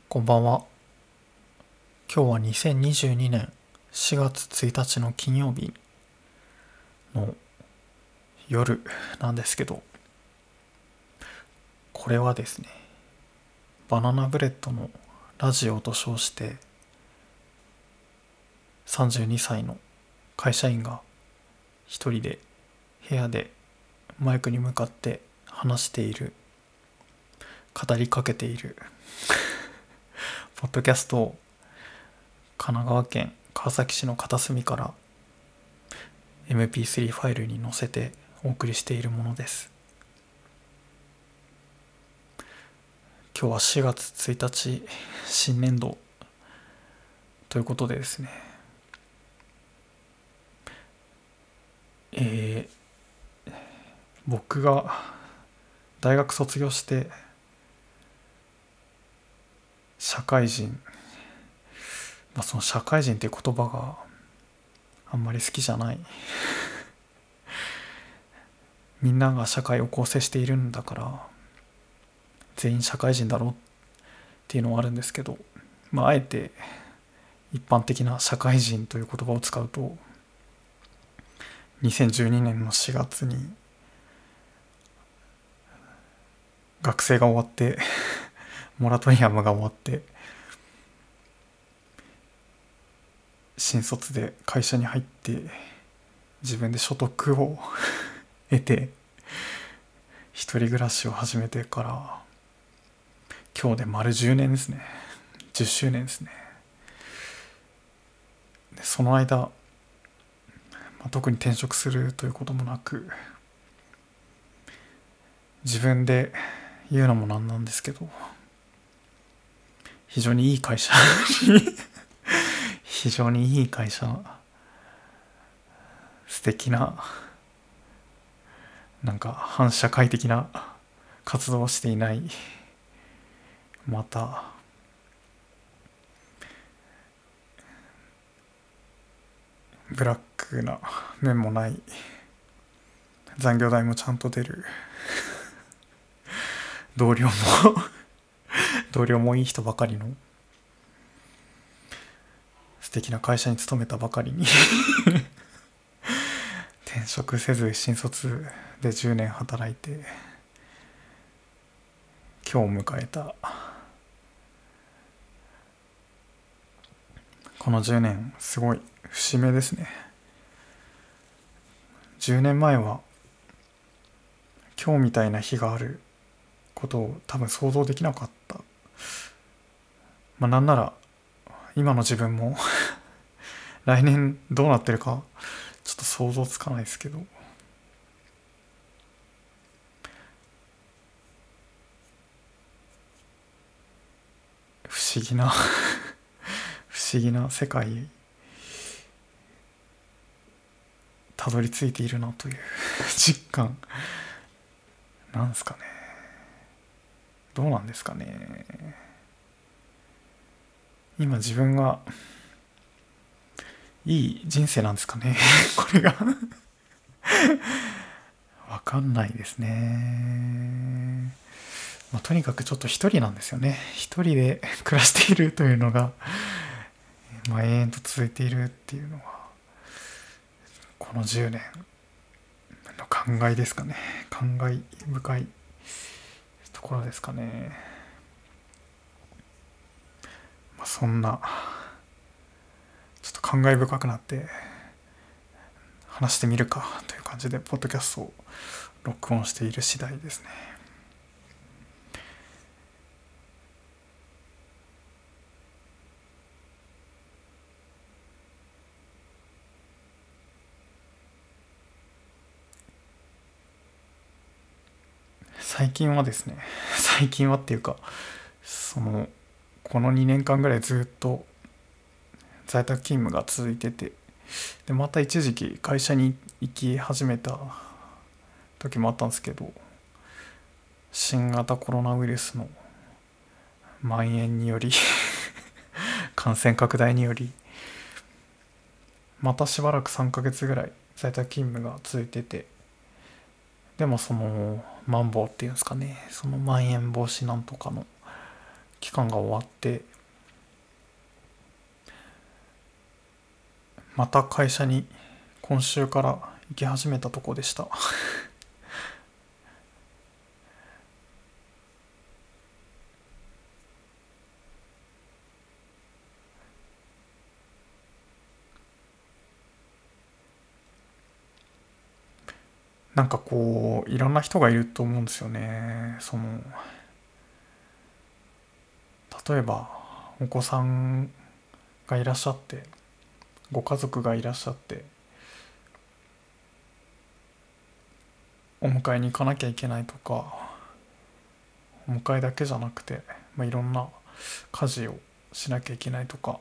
こんばんは。今日は2022年4月1日の金曜日の夜なんですけど、これはですね、バナナブレッドのラジオと称して32歳の会社員が一人で部屋でマイクに向かって話している、語りかけているポッドキャストを神奈川県川崎市の片隅から MP3 ファイルに載せてお送りしているものです。今日は4月1日新年度ということでですね、僕が大学卒業して社会人、その社会人っていう言葉があんまり好きじゃないみんなが社会を構成しているんだから全員社会人だろうっていうのはあるんですけど、あえて一般的な社会人という言葉を使うと、2012年の4月に学生が終わってモラトリアムが終わって新卒で会社に入って自分で所得を得て一人暮らしを始めてから今日で丸10年ですね。10周年ですね。でその間、特に転職するということもなく、自分で言うのもなんなんですけど、非常にいい会社非常にいい会社、素敵な、反社会的な活動をしていない、またブラックな面もない、残業代もちゃんと出る同僚も同僚もいい人ばかりの素敵な会社に勤めたばかりに転職せず新卒で10年働いて今日迎えたこの10年、すごい節目ですね。10年前は今日みたいな日があることを多分想像できなかった。なんなら今の自分も来年どうなってるかちょっと想像つかないですけど、不思議な不思議な世界にたどり着いているなという実感なんですかね。どうなんですかね。今自分がいい人生なんですかねこれがわかんないですね。とにかくちょっと一人なんですよね。一人で暮らしているというのが、延々と続いているっていうのはこの10年の考えですかね。感慨深いところですかね。そんなちょっと感慨深くなって話してみるかという感じでポッドキャストを録音している次第ですね。最近はですね、最近はっていうかこの2年間ぐらいずっと在宅勤務が続いてて、でまた一時期会社に行き始めた時もあったんですけど、新型コロナウイルスの蔓延により感染拡大によりまたしばらく3ヶ月ぐらい在宅勤務が続いてて、でもマンボウっていうんですかね、そのまん延防止なんとかの期間が終わってまた会社に今週から行き始めたとこでした。なんかこういろんな人がいると思うんですよね。例えばお子さんがいらっしゃってご家族がいらっしゃってお迎えに行かなきゃいけないとか、お迎えだけじゃなくて、いろんな家事をしなきゃいけないとか、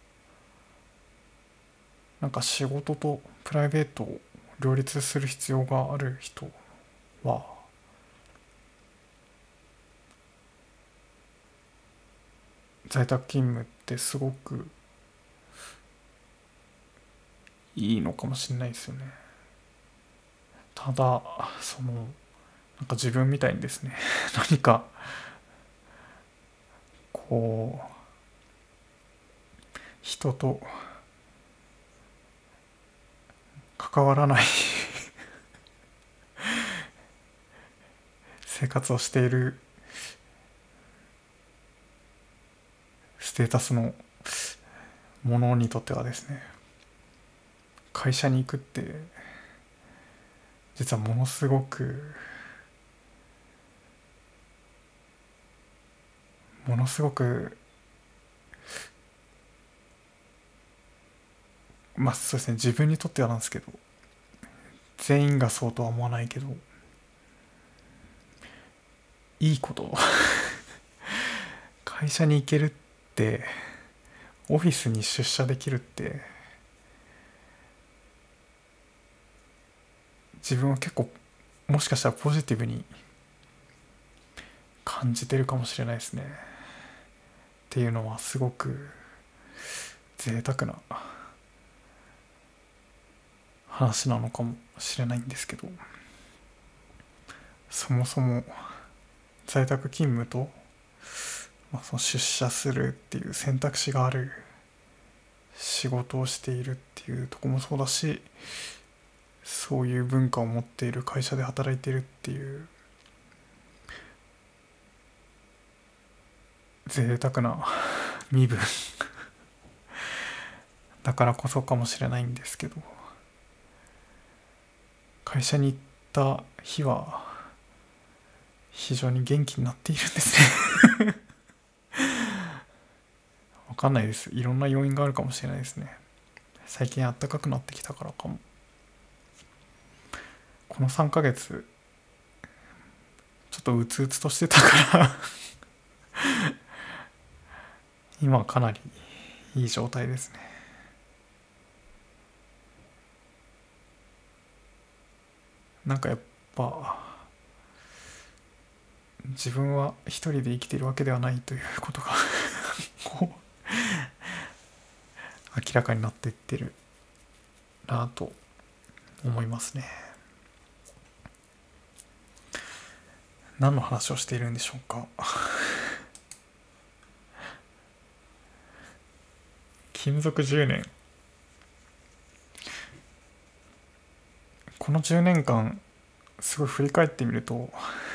なんか仕事とプライベートを両立する必要がある人は在宅勤務ってすごくいいのかもしれないですよね。ただなんか自分みたいにですね何かこう人と関わらない生活をしているステータスのものにとってはですね、会社に行くって実はものすごくものすごくそうですね、自分にとってはなんですけど、全員がそうとは思わないけどいいこと会社に行けるって、オフィスに出社できるって自分は結構もしかしたらポジティブに感じてるかもしれないですね。っていうのはすごく贅沢な話なのかもしれないんですけど、そもそも在宅勤務と、その出社するっていう選択肢がある仕事をしているっていうところもそうだし、そういう文化を持っている会社で働いているっていう贅沢な身分だからこそかもしれないんですけど、会社に行った日は非常に元気になっているんですね。わかんないです。いろんな要因があるかもしれないですね。最近暖かくなってきたからかも。この3ヶ月ちょっとうつうつとしてたから今はかなりいい状態ですね。なんかやっぱ自分は一人で生きているわけではないということがこう明らかになっていってるなと思いますね。何の話をしているんでしょうか。勤続10年、この10年間すごい振り返ってみると、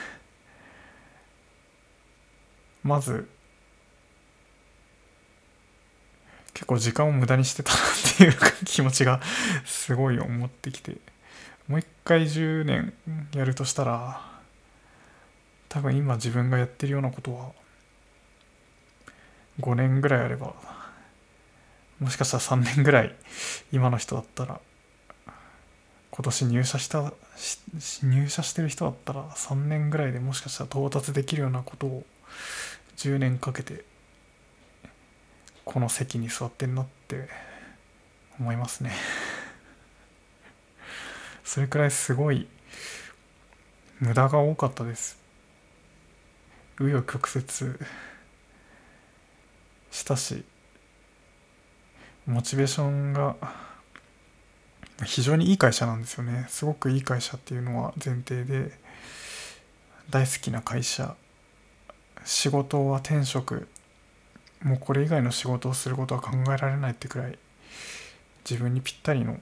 まず結構時間を無駄にしてたなっていう気持ちがすごい思ってきて、もう一回10年やるとしたら多分今自分がやってるようなことは5年ぐらいあれば、もしかしたら3年ぐらい今の人だったら、今年入社してる人だったら3年ぐらいでもしかしたら到達できるようなことを10年かけてこの席に座ってんなって思いますね。それくらいすごい無駄が多かったです。紆余曲折したし、モチベーションが非常にいい会社なんですよね。すごくいい会社っていうのは前提で、大好きな会社仕事は転職、もうこれ以外の仕事をすることは考えられないってくらい自分にぴったりの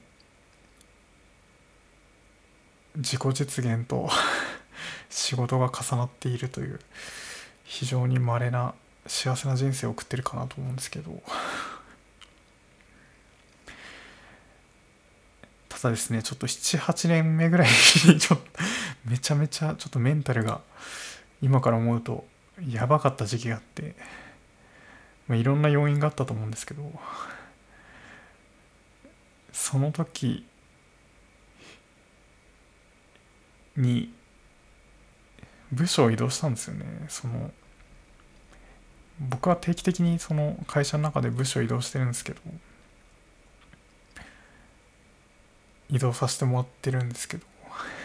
自己実現と仕事が重なっているという非常に稀な幸せな人生を送ってるかなと思うんですけど、ただですね、ちょっと7、8年目ぐらいにめちゃめちゃちょっとメンタルが今から思うとやばかった時期があって、いろんな要因があったと思うんですけど、その時に部署を移動したんですよね。僕は定期的にその会社の中で部署を移動してるんですけど、移動させてもらってるんですけど、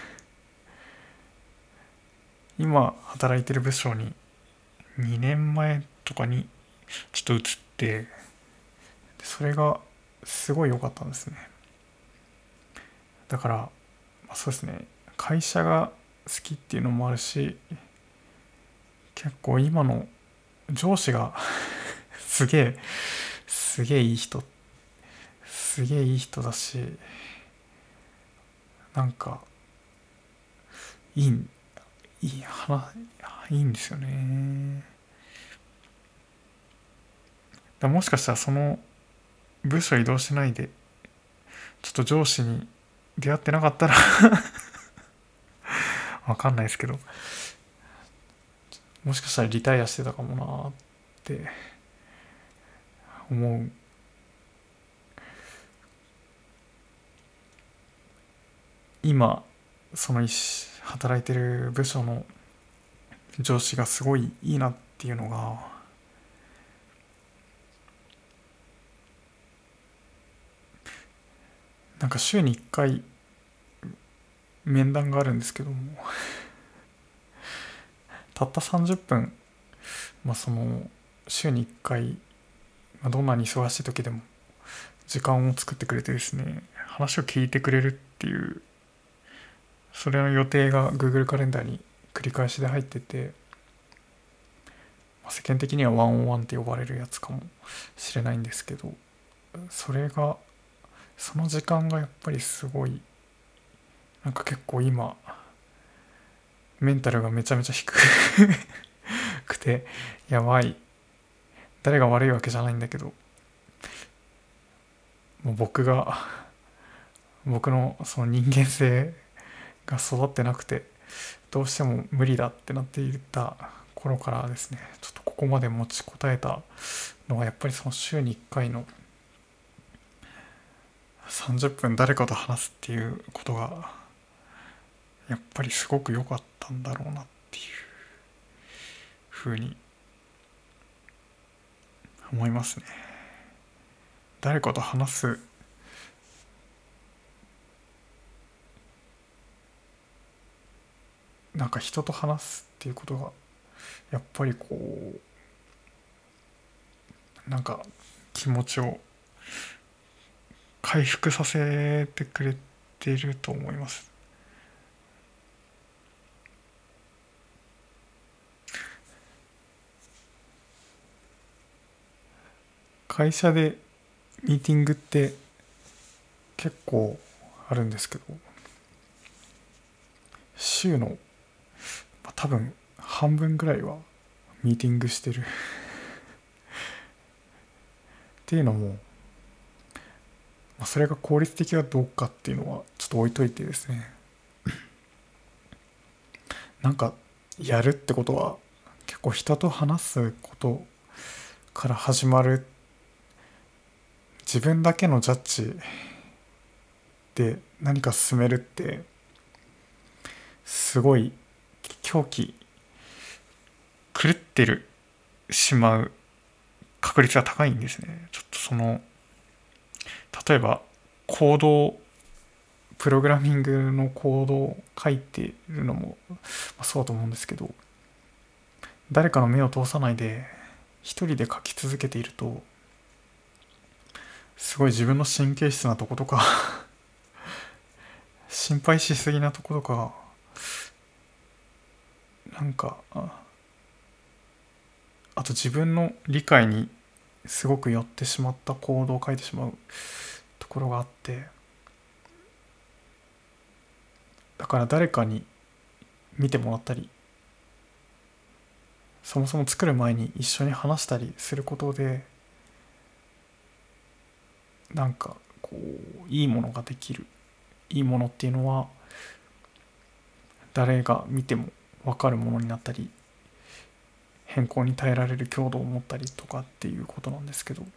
今働いてる部署に2年前とかにちょっと移って、それがすごい良かったんですね。だから、そうですね、会社が好きっていうのもあるし、結構今の上司がすげえすげえいい人すげえいい人だし、なんかいいいい話いいんですよね。もしかしたらその部署移動しないでちょっと上司に出会ってなかったらわかんないですけど、もしかしたらリタイアしてたかもなって思う。今その働いてる部署の上司がすごいいいなっていうのが、なんか週に1回面談があるんですけども、たった30分、その週に1回、どんなに忙しい時でも時間を作ってくれてですね、話を聞いてくれるっていう、それの予定が Google カレンダーに繰り返しで入ってて、世間的にはワンオンワンって呼ばれるやつかもしれないんですけど、その時間がやっぱりすごい、なんか結構今メンタルがめちゃめちゃ低くてやばい。誰が悪いわけじゃないんだけど、もう僕のその人間性が育ってなくて、どうしても無理だってなっていた頃からですね、ちょっとここまで持ちこたえたのがやっぱりその週に1回の30分誰かと話すっていうことがやっぱりすごく良かったんだろうなっていうふうに思いますね。誰かと話す、なんか人と話すっていうことがやっぱりなんか気持ちを回復させてくれていると思います。会社でミーティングって結構あるんですけど、週の多分半分ぐらいはミーティングしてるっていうのも、それが効率的かどうかっていうのはちょっと置いといてですね、なんかやるってことは結構人と話すことから始まる。自分だけのジャッジで何か進めるってすごい狂気狂ってしまう確率が高いんですね。ちょっと例えばプログラミングのコードを書いているのもそうだと思うんですけど、誰かの目を通さないで一人で書き続けていると、すごい自分の神経質なとことか心配しすぎなとことか、なんかあと自分の理解にすごく寄ってしまった行動を書いてしまうところがあって、だから誰かに見てもらったり、そもそも作る前に一緒に話したりすることで、なんかこういいものができる。いいものっていうのは誰が見ても分かるものになったり、変更に耐えられる強度を持ったりとかっていうことなんですけど、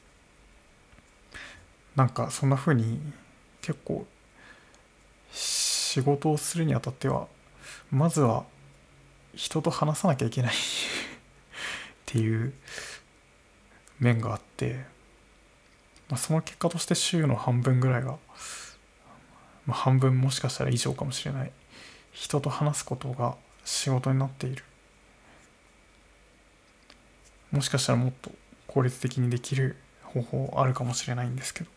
なんかそんな風に結構仕事をするにあたっては、まずは人と話さなきゃいけないっていう面があって、その結果として週の半分ぐらいが、半分もしかしたら以上かもしれない、人と話すことが仕事になっている。もしかしたらもっと効率的にできる方法あるかもしれないんですけど、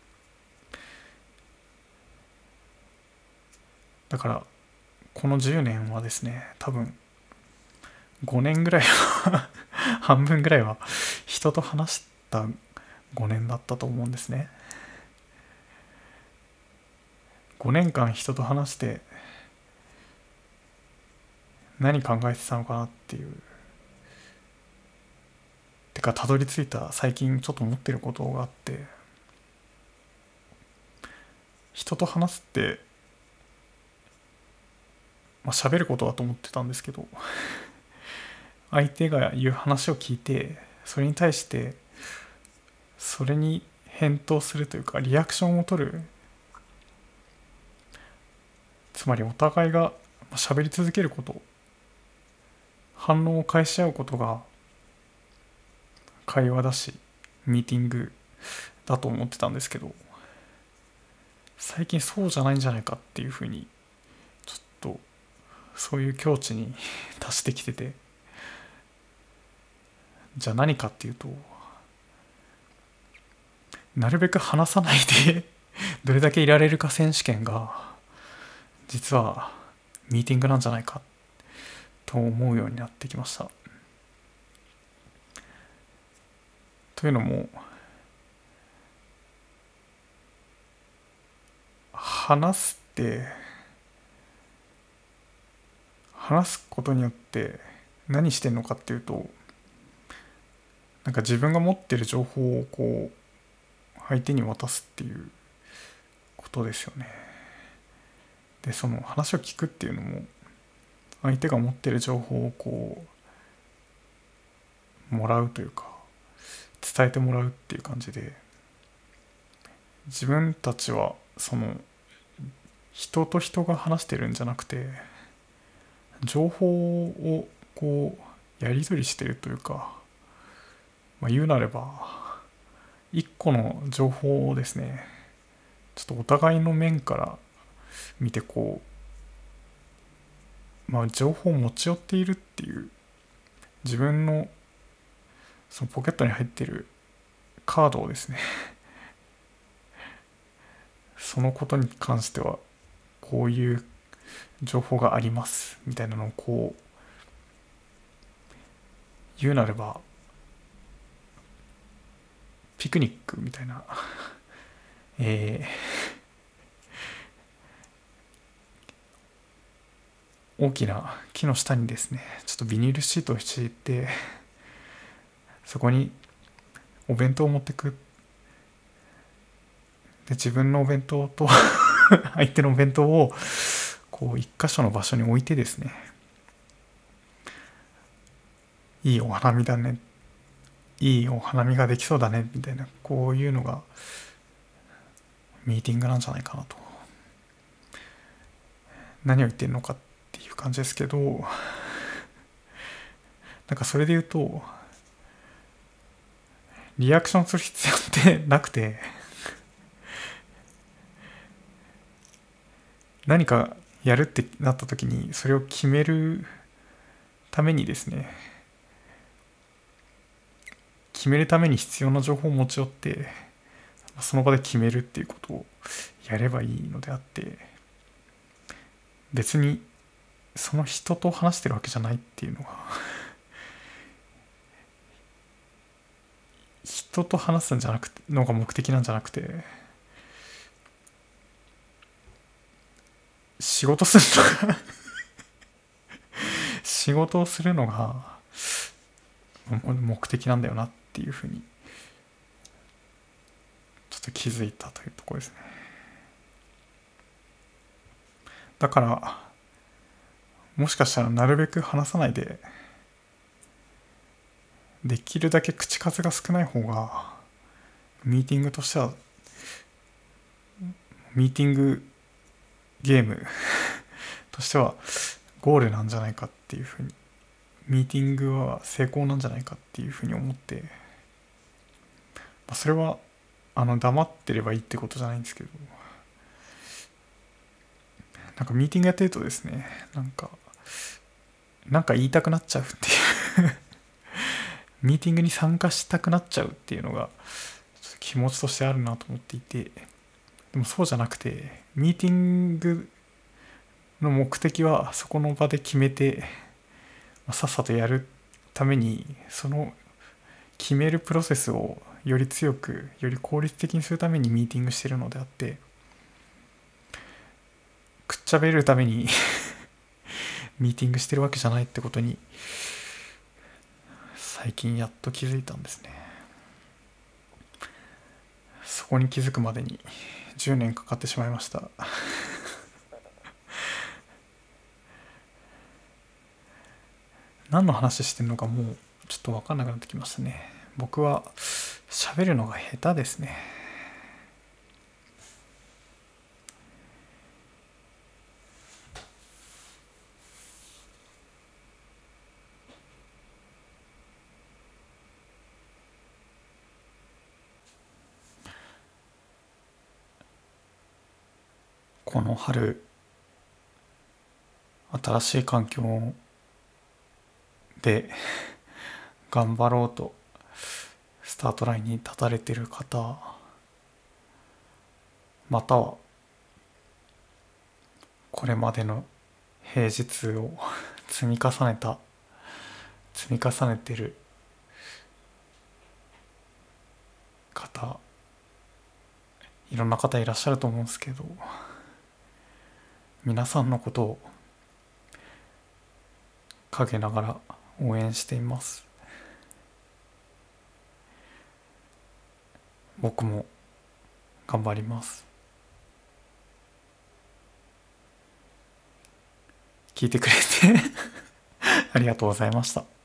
だからこの10年はですね、多分5年ぐらいは半分ぐらいは人と話した5年だったと思うんですね。5年間人と話して何考えてたのかなっていう、てかたどり着いた最近ちょっと思ってることがあって、人と話すって喋ることだと思ってたんですけど、相手が言う話を聞いて、それに対してそれに返答するというかリアクションを取る、つまりお互いが喋り続けること、反応を返し合うことが会話だしミーティングだと思ってたんですけど、最近そうじゃないんじゃないかっていうふうにちょっとそういう境地に達してきてて、じゃあ何かっていうと、なるべく話さないでどれだけいられるか選手権が実はミーティングなんじゃないかと思うようになってきました。というのも、話すことによって何してんのかっていうと、なんか自分が持ってる情報をこう相手に渡すっていうことですよね。でその話を聞くっていうのも、相手が持ってる情報をこうもらうというか伝えてもらうっていう感じで、自分たちはその人と人が話してるんじゃなくて、情報をこうやり取りしてるというか、言うなれば一個の情報をですね、ちょっとお互いの面から見てこう、情報を持ち寄っているっていう、自分のそのポケットに入っているカードをですね、そのことに関してはこういう情報がありますみたいなのをこう言うなればピクニックみたいな、大きな木の下にですね、ちょっとビニールシートを敷いて、そこにお弁当を持ってく。で自分のお弁当と相手のお弁当をこう一箇所の場所に置いてですね、いいお花見だね、いいお花見ができそうだねみたいな、こういうのがミーティングなんじゃないかなと。何を言ってるのかっていう感じですけど、なんかそれで言うとリアクションする必要ってなくて、何かやるってなった時にそれを決めるためにですね、決めるために必要な情報を持ち寄ってその場で決めるっていうことをやればいいのであって、別にその人と話してるわけじゃないっていうのが人と話すんじゃなくてのが目的なんじゃなくて、仕事するのが仕事をするのが目的なんだよなっていうふうにちょっと気づいたというところですね。だからもしかしたらなるべく話さないで、できるだけ口数が少ない方がミーティングとしては、ミーティングゲームとしてはゴールなんじゃないかっていうふうに、ミーティングは成功なんじゃないかっていうふうに思って、それは黙ってればいいってことじゃないんですけど、なんかミーティングやってるとですね、なんか言いたくなっちゃうっていうミーティングに参加したくなっちゃうっていうのが気持ちとしてあるなと思っていて、でもそうじゃなくて、ミーティングの目的はそこの場で決めて、さっさとやるために、その決めるプロセスをより強くより効率的にするためにミーティングしてるのであって、くっちゃべるためにミーティングしてるわけじゃないってことに最近やっと気づいたんですね。そこに気づくまでに10年かかってしまいました。何の話してるのかもうちょっと分かんなくなってきましたね。僕は喋るのが下手ですね。この春、新しい環境で頑張ろうとスタートラインに立たれている方、またはこれまでの平日を積み重ねている方、いろんな方いらっしゃると思うんですけど、皆さんのことを陰ながら応援しています。僕も頑張ります。聞いてくれてありがとうございました。